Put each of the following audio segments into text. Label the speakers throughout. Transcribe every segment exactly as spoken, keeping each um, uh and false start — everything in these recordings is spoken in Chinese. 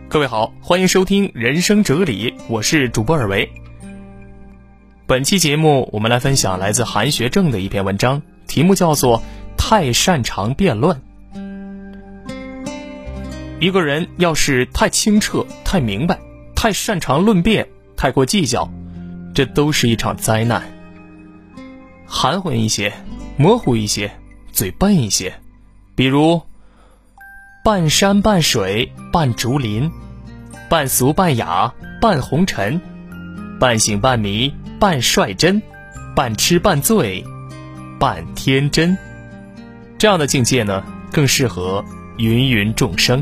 Speaker 1: 各位好，欢迎收听人生哲理，我是主播尔维。本期节目我们来分享来自韩学正的一篇文章，题目叫做太擅长辩论。一个人要是太清澈、太明白、太擅长论辩、太过计较，这都是一场灾难。含混一些，模糊一些，嘴笨一些，比如半山半水半竹林，半俗半雅半红尘，半醒半迷半率真，半痴半醉半天真。这样的境界呢，更适合芸芸众生。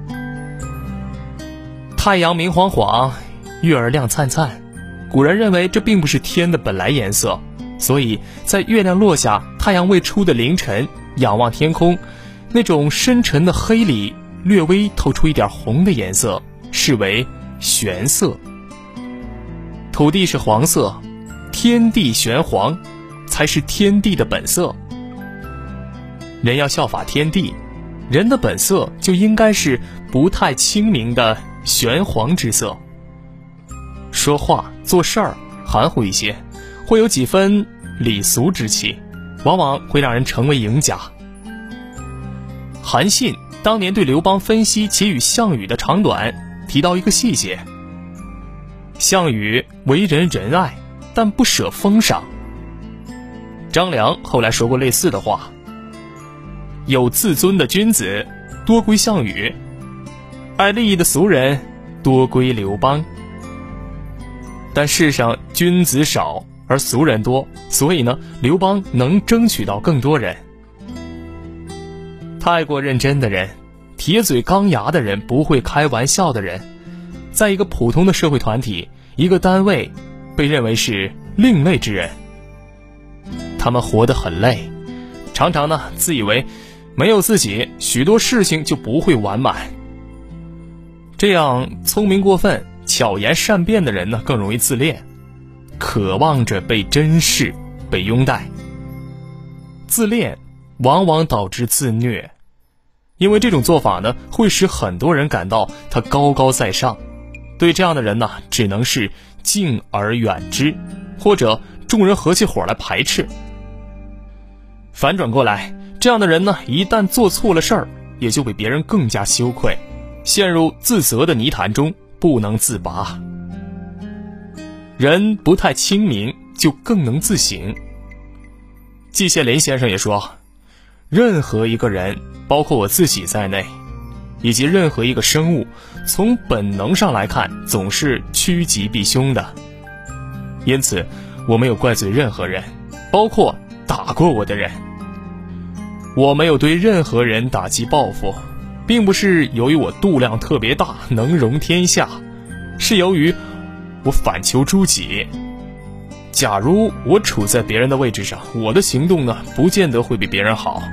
Speaker 1: 太阳明晃晃，月儿亮灿灿，古人认为这并不是天的本来颜色，所以在月亮落下太阳未出的凌晨，仰望天空，那种深沉的黑里略微透出一点红的颜色，视为玄色。土地是黄色，天地玄黄，才是天地的本色。人要效法天地，人的本色就应该是不太清明的玄黄之色。说话做事儿含糊一些，会有几分礼俗之气，往往会让人成为赢家。韩信当年对刘邦分析其与项羽的长短，提到一个细节：项羽为人仁爱，但不舍封赏。张良后来说过类似的话：有自尊的君子多归项羽，爱利益的俗人多归刘邦。但世上君子少而俗人多，所以呢，刘邦能争取到更多人。太过认真的人，铁嘴钢牙的人，不会开玩笑的人，在一个普通的社会团体、一个单位，被认为是另类之人。他们活得很累，常常呢自以为没有自己，许多事情就不会完满。这样聪明过分、巧言善辩的人呢，更容易自恋，渴望着被珍视、被拥戴。自恋往往导致自虐，因为这种做法呢，会使很多人感到他高高在上。对这样的人呢，只能是敬而远之，或者众人合起伙来排斥。反转过来，这样的人呢，一旦做错了事儿，也就比别人更加羞愧，陷入自责的泥潭中不能自拔。人不太清明，就更能自省。季羡林先生也说，任何一个人，包括我自己在内，以及任何一个生物，从本能上来看，总是趋吉避凶的。因此我没有怪罪任何人，包括打过我的人。我没有对任何人打击报复，并不是由于我度量特别大，能容天下，是由于我反求诸己。假如我处在别人的位置上，我的行动呢，不见得会比别人好。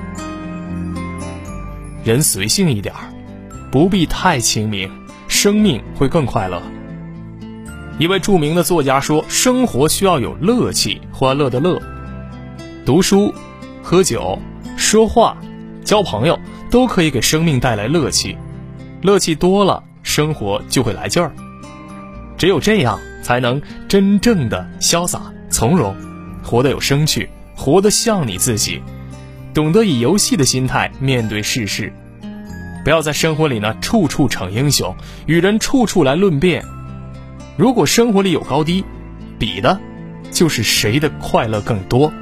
Speaker 1: 人随性一点，不必太清明，生命会更快乐。一位著名的作家说，生活需要有乐趣，欢乐的乐。读书、喝酒、说话、交朋友，都可以给生命带来乐趣。乐趣多了，生活就会来劲儿。只有这样，才能真正的潇洒从容，活得有生趣，活得像你自己，懂得以游戏的心态面对世事。不要在生活里呢处处逞英雄，与人处处来论辩。如果生活里有高低，比的就是谁的快乐更多。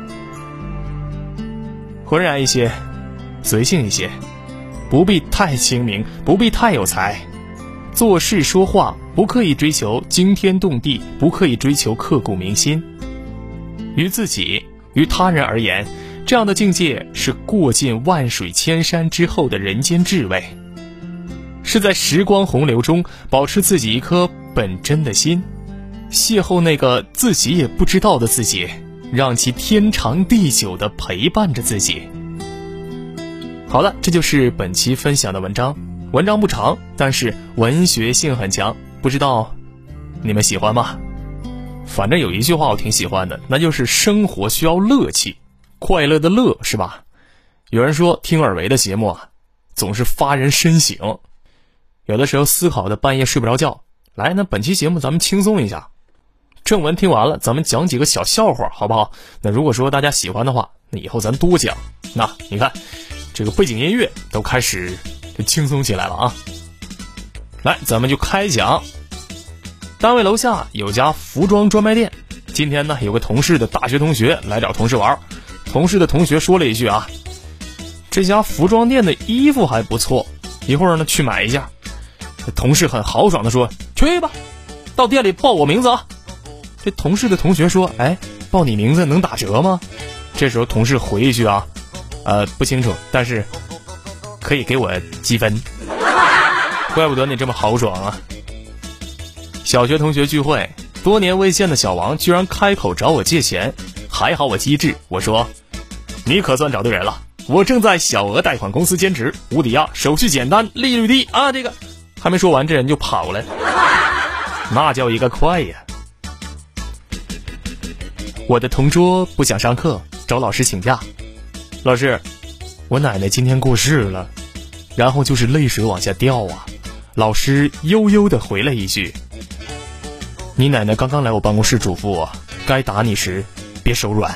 Speaker 1: 浑然一些，随性一些，不必太清明，不必太有才。做事说话不刻意追求惊天动地，不刻意追求刻骨铭心。于自己于他人而言，这样的境界是过尽万水千山之后的人间至味，是在时光洪流中保持自己一颗本真的心，邂逅那个自己也不知道的自己，让其天长地久地陪伴着自己。好了，这就是本期分享的文章。文章不长，但是文学性很强，不知道你们喜欢吗？反正有一句话我挺喜欢的，那就是生活需要乐趣，快乐的乐，是吧？有人说听尔维的节目啊，总是发人深省。 有的时候思考的半夜睡不着觉。来，那本期节目咱们轻松一下，正文听完了，咱们讲几个小笑话，好不好？那如果说大家喜欢的话，那以后咱多讲。那你看，这个背景音乐都开始就轻松起来了啊！来，咱们就开讲。单位楼下有家服装专卖店，今天呢，有个同事的大学同学来找同事玩，同事的同学说了一句啊，这家服装店的衣服还不错，一会儿呢去买一下。同事很豪爽的说，去吧，到店里报我名字啊。这同事的同学说，哎，报你名字能打折吗？这时候同事回一句啊，呃，不清楚，但是可以给我积分。怪不得你这么豪爽啊。小学同学聚会，多年未见的小王居然开口找我借钱，还好我机智，我说，你可算找对人了，我正在小额贷款公司兼职，无抵押，手续简单，利率低啊。这个还没说完，这人就跑了，那叫一个快呀。我的同桌不想上课，找老师请假，老师，我奶奶今天过世了。然后就是泪水往下掉啊。老师悠悠地回了一句，你奶奶刚刚来我办公室嘱咐我，该打你时别手软。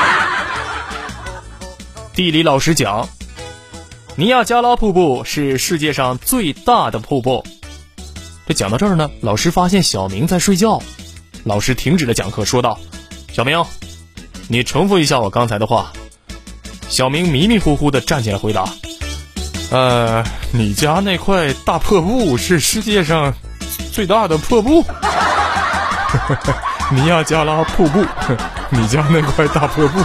Speaker 1: 地理老师讲，尼亚加拉瀑布是世界上最大的瀑布。这讲到这儿呢，老师发现小明在睡觉，老师停止了讲课，说道，小明，你重复一下我刚才的话。小明迷迷糊糊地站起来回答，呃，你家那块大瀑布是世界上最大的瀑布？尼亚加拉瀑布，你家那块大瀑布。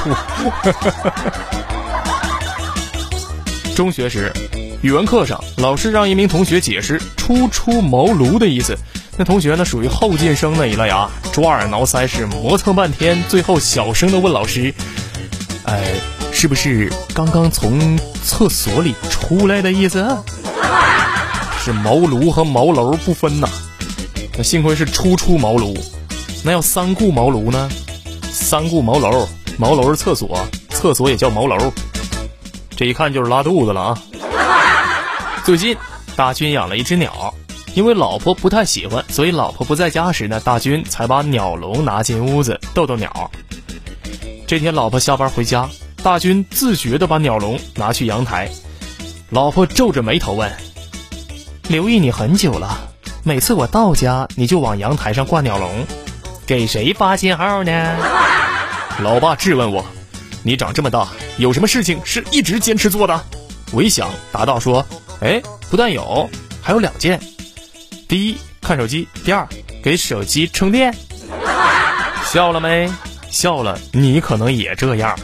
Speaker 1: 中学时，语文课上，老师让一名同学解释初出茅庐的意思。那同学呢，属于后进生那一类啊，抓耳挠腮是磨蹭半天，最后小声的问老师，哎，是不是刚刚从厕所里出来的意思？是茅庐和茅楼不分呐。那幸亏是初出茅庐，那要三顾茅庐呢？三顾茅楼，茅楼是厕所，厕所也叫茅楼，这一看就是拉肚子了啊。最近大军养了一只鸟，因为老婆不太喜欢，所以老婆不在家时呢，大军才把鸟笼拿进屋子逗逗鸟。这天老婆下班回家，大军自觉地把鸟笼拿去阳台，老婆皱着眉头问，留意你很久了，每次我到家你就往阳台上挂鸟笼，给谁发信号呢？老爸质问我，你长这么大有什么事情是一直坚持做的？我一想答道说，哎，不但有，还有两件。第一，看手机；第二，给手机充电。笑了没？笑了，你可能也这样。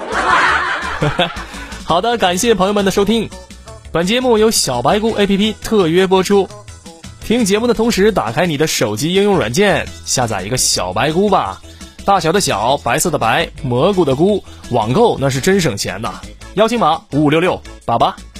Speaker 1: 好的，感谢朋友们的收听，本节目由小白菇 A P P 特约播出。听节目的同时，打开你的手机应用软件，下载一个小白菇吧。大小的小，白色的白，蘑菇的菇，网购那是真省钱呐。邀请码五五六六八八。